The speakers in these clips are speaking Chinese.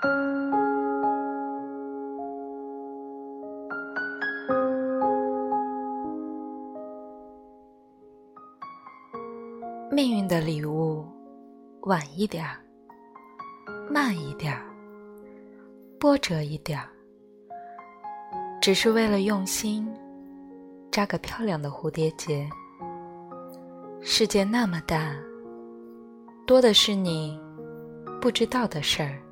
命运的礼物，晚一点儿，慢一点儿，波折一点儿，只是为了用心扎个漂亮的蝴蝶结。世界那么大，多的是你不知道的事儿。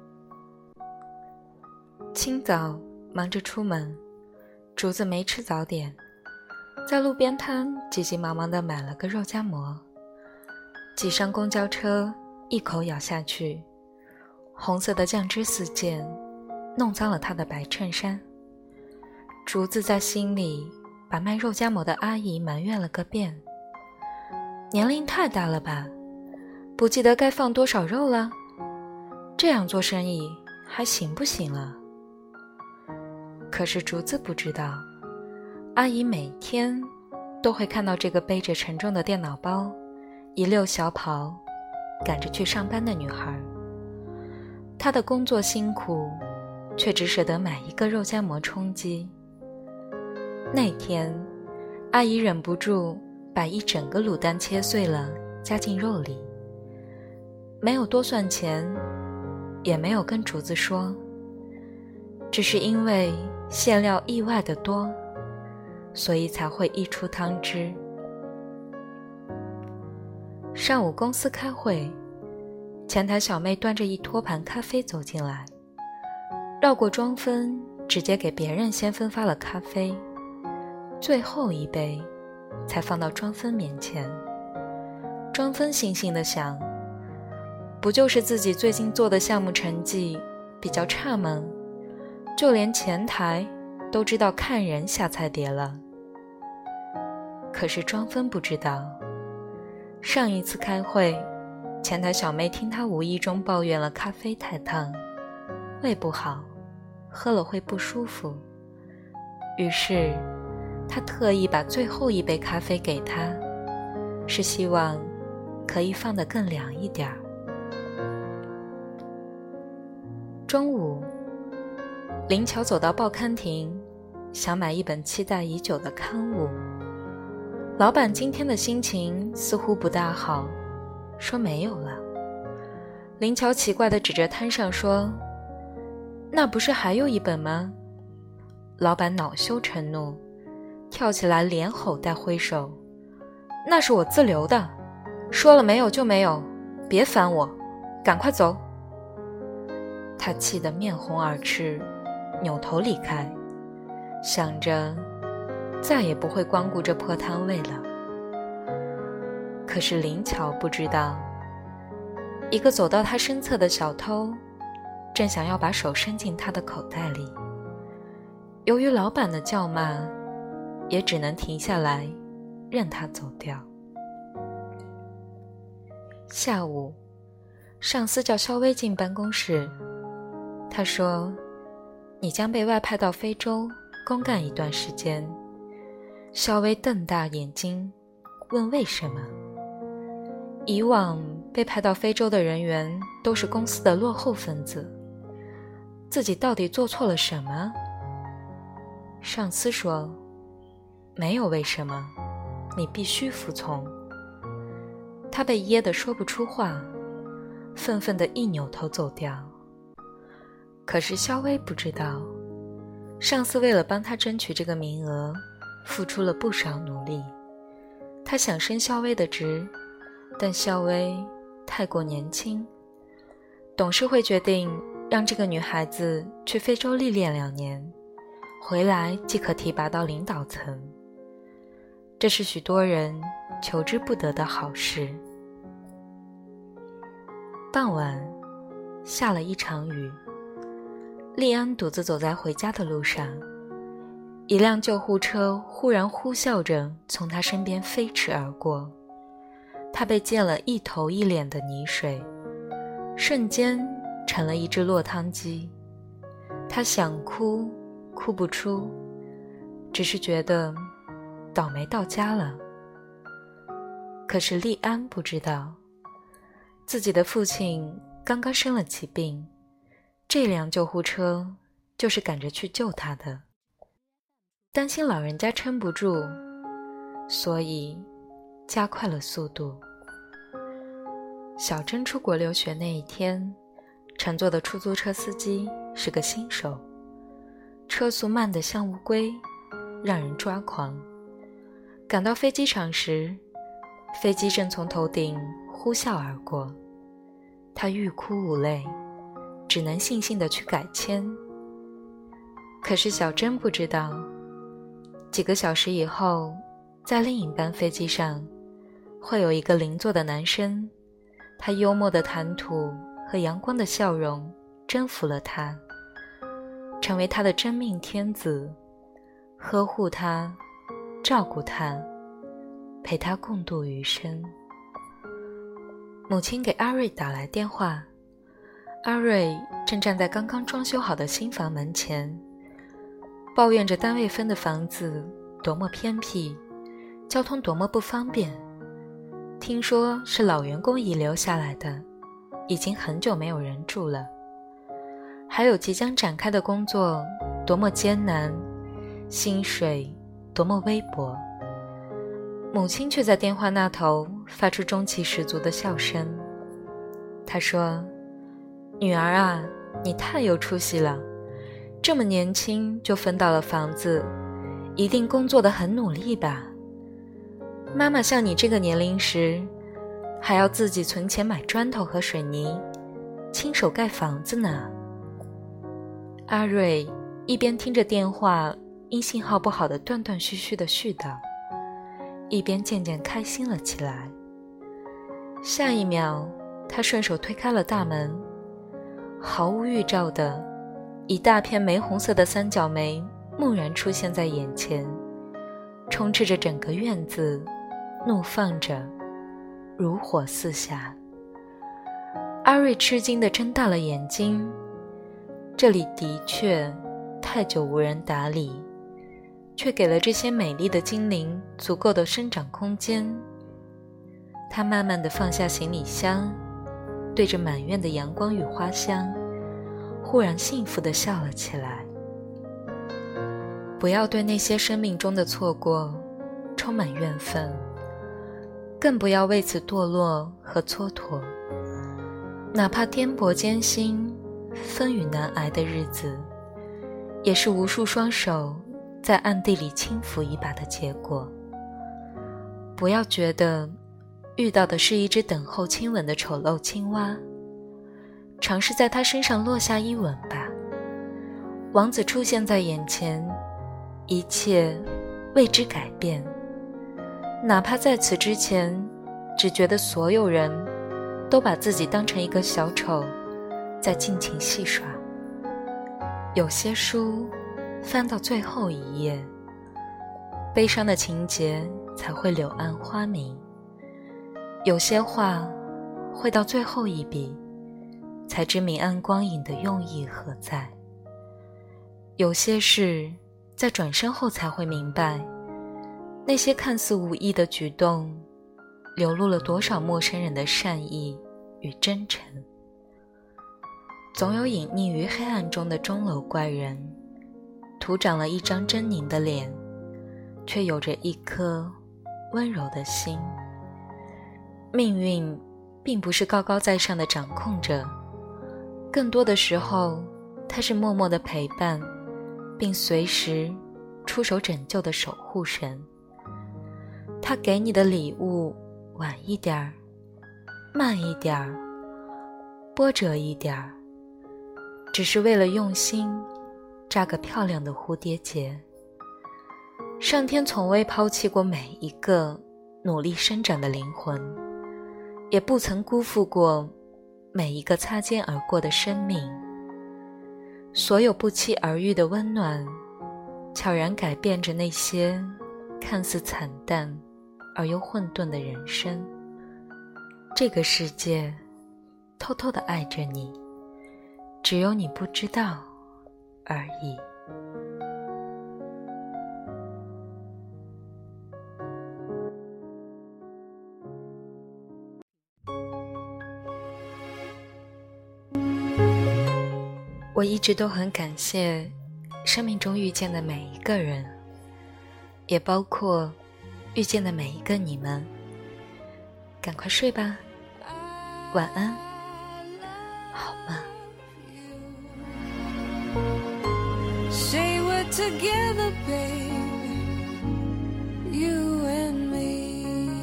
清早忙着出门，竹子没吃早点，在路边摊急急忙忙地买了个肉夹馍，挤上公交车，一口咬下去，红色的酱汁四溅，弄脏了他的白衬衫。竹子在心里把卖肉夹馍的阿姨埋怨了个遍，年龄太大了吧，不记得该放多少肉了，这样做生意还行不行了？可是竹子不知道，阿姨每天都会看到这个背着沉重的电脑包，一溜小跑赶着去上班的女孩。她的工作辛苦，却只舍得买一个肉夹馍充饥。那天阿姨忍不住把一整个卤蛋切碎了加进肉里，没有多算钱，也没有跟竹子说，只是因为馅料意外的多，所以才会溢出汤汁。上午公司开会，前台小妹端着一托盘咖啡走进来，绕过庄芬，直接给别人先分发了咖啡，最后一杯才放到庄芬面前。庄芬悻悻地想，不就是自己最近做的项目成绩比较差吗？就连前台都知道看人下菜碟了。可是庄芬不知道，上一次开会，前台小妹听她无意中抱怨了咖啡太烫，胃不好，喝了会不舒服，于是她特意把最后一杯咖啡给她，是希望可以放得更凉一点儿。中午，林巧走到报刊亭，想买一本期待已久的刊物。老板今天的心情似乎不大好，说没有了。林巧奇怪地指着摊上说，那不是还有一本吗？老板恼羞成怒，跳起来连吼带挥手，那是我自留的，说了没有就没有，别烦我，赶快走。他气得面红耳赤，扭头离开，想着再也不会光顾这破摊位了。可是林巧不知道，一个走到他身侧的小偷正想要把手伸进他的口袋里，由于老板的叫骂，也只能停下来任他走掉。下午，上司叫肖薇进办公室，他说，你将被外派到非洲公干一段时间。肖薇瞪大眼睛问为什么。以往被派到非洲的人员都是公司的落后分子，自己到底做错了什么？上司说，没有为什么，你必须服从。他被噎得说不出话，愤愤地一扭头走掉。可是肖薇不知道，上司为了帮他争取这个名额，付出了不少努力。他想升肖薇的职，但肖薇太过年轻，董事会决定让这个女孩子去非洲历练2年，回来即可提拔到领导层。这是许多人求之不得的好事。傍晚，下了一场雨，利安独自走在回家的路上，一辆救护车忽然呼啸着从他身边飞驰而过，他被溅了一头一脸的泥水，瞬间成了一只落汤鸡。他想哭，哭不出，只是觉得倒霉到家了。可是利安不知道，自己的父亲刚刚生了起病， 这辆救护车就是赶着去救他的，担心老人家撑不住，所以加快了速度。小珍出国留学那一天，乘坐的出租车司机是个新手，车速慢得像乌龟，让人抓狂。赶到飞机场时，飞机正从头顶呼啸而过，他欲哭无泪，只能悻悻地去改签。可是小珍不知道，几个小时以后，在另一班飞机上，会有一个邻座的男生，他幽默的谈吐和阳光的笑容征服了他，成为他的真命天子，呵护他，照顾他，陪他共度余生。母亲给阿瑞打来电话，阿瑞正站在刚刚装修好的新房门前，抱怨着单位分的房子多么偏僻，交通多么不方便，听说是老员工遗留下来的，已经很久没有人住了，还有即将展开的工作多么艰难，薪水多么微薄。母亲却在电话那头发出中气十足的笑声。她说：女儿啊，你太有出息了，这么年轻就分到了房子，一定工作得很努力吧？妈妈像你这个年龄时，还要自己存钱买砖头和水泥，亲手盖房子呢。阿瑞一边听着电话因信号不好的断断续续的絮叨，一边渐渐开心了起来。下一秒，他顺手推开了大门，毫无预兆的，一大片玫红色的三角梅蓦然出现在眼前，充斥着整个院子，怒放着，如火似霞。阿瑞吃惊地睁大了眼睛，这里的确太久无人打理，却给了这些美丽的精灵足够的生长空间。他慢慢地放下行李箱，对着满院的阳光与花香，忽然幸福地笑了起来。不要对那些生命中的错过充满怨愤，更不要为此堕落和蹉跎。哪怕颠簸艰辛、风雨难挨的日子，也是无数双手在暗地里轻抚一把的结果。不要觉得遇到的是一只等候亲吻的丑陋青蛙，尝试在它身上落下一吻吧。王子出现在眼前，一切为之改变。哪怕在此之前，只觉得所有人都把自己当成一个小丑，在尽情戏耍。有些书翻到最后一页，悲伤的情节才会柳暗花明；有些话会到最后一笔，才知明暗光影的用意何在；有些事在转身后才会明白，那些看似无意的举动，流露了多少陌生人的善意与真诚。总有隐匿于黑暗中的钟楼怪人，徒长了一张狰狞的脸，却有着一颗温柔的心。命运并不是高高在上的掌控着，更多的时候，它是默默的陪伴，并随时出手拯救的守护神。他给你的礼物晚一点儿，慢一点儿，波折一点儿，只是为了用心扎个漂亮的蝴蝶结。上天从未抛弃过每一个努力生长的灵魂，也不曾辜负过每一个擦肩而过的生命。所有不期而遇的温暖，悄然改变着那些看似惨淡而又混沌的人生。这个世界偷偷地爱着你，只有你不知道而已。 我一直都很感谢生命中遇见的每一个人，也包括遇见的每一个你们。赶快睡吧，晚安，好吗？ Say we're together, baby, you and me.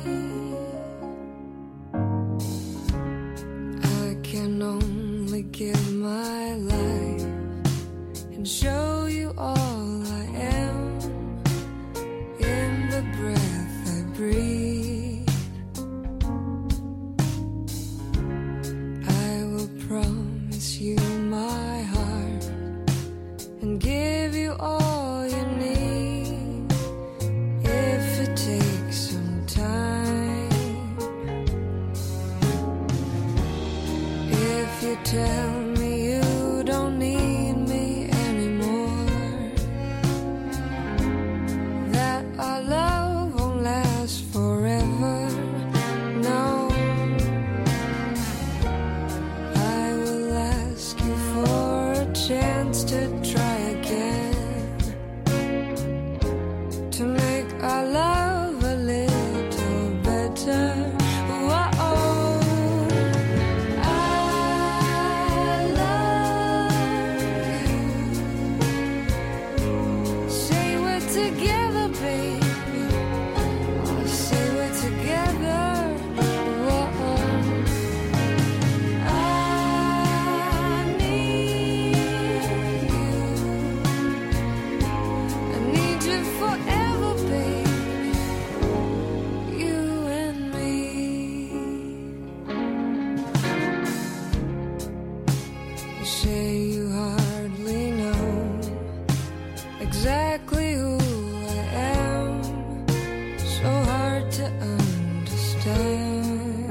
I can only give my life and show you all I am in the breath I breathe. I will promise you my heart and give you all you need if it takes some time. If you tell me you don't need me anymore, that our love won't last forever, no, I will ask you for a chance to try again, to make our love a little better. Whoa, I love you. Say we're together, baby. Oh, say we're together. Whoa, I need you forever, baby, you and me. You say you hardly know exactly who I am, so hard to understand.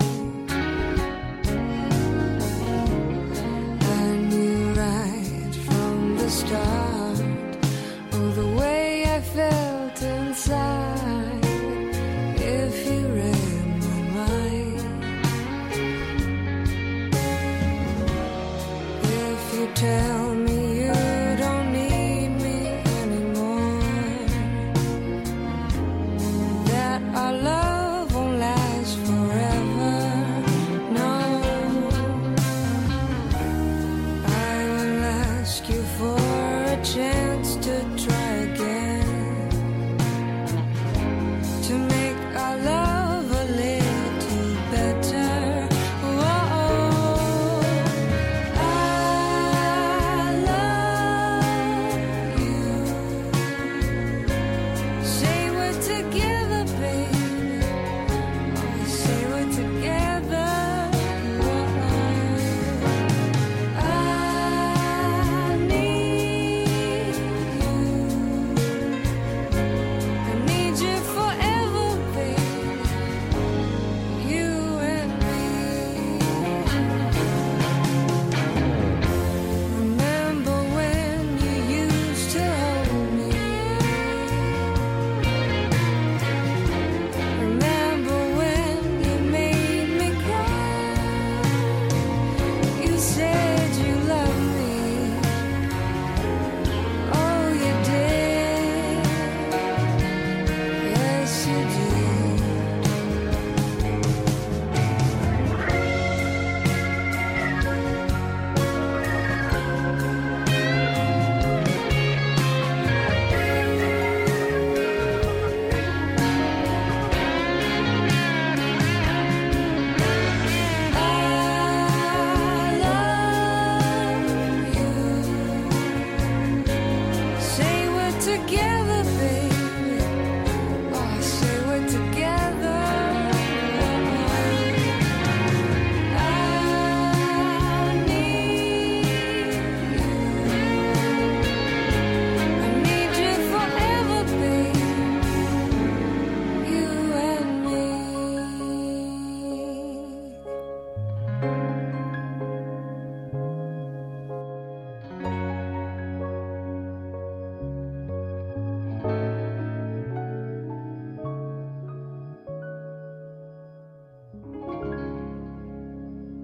I knew right from the start, oh, the way I felt inside, if you read my mind. If you tell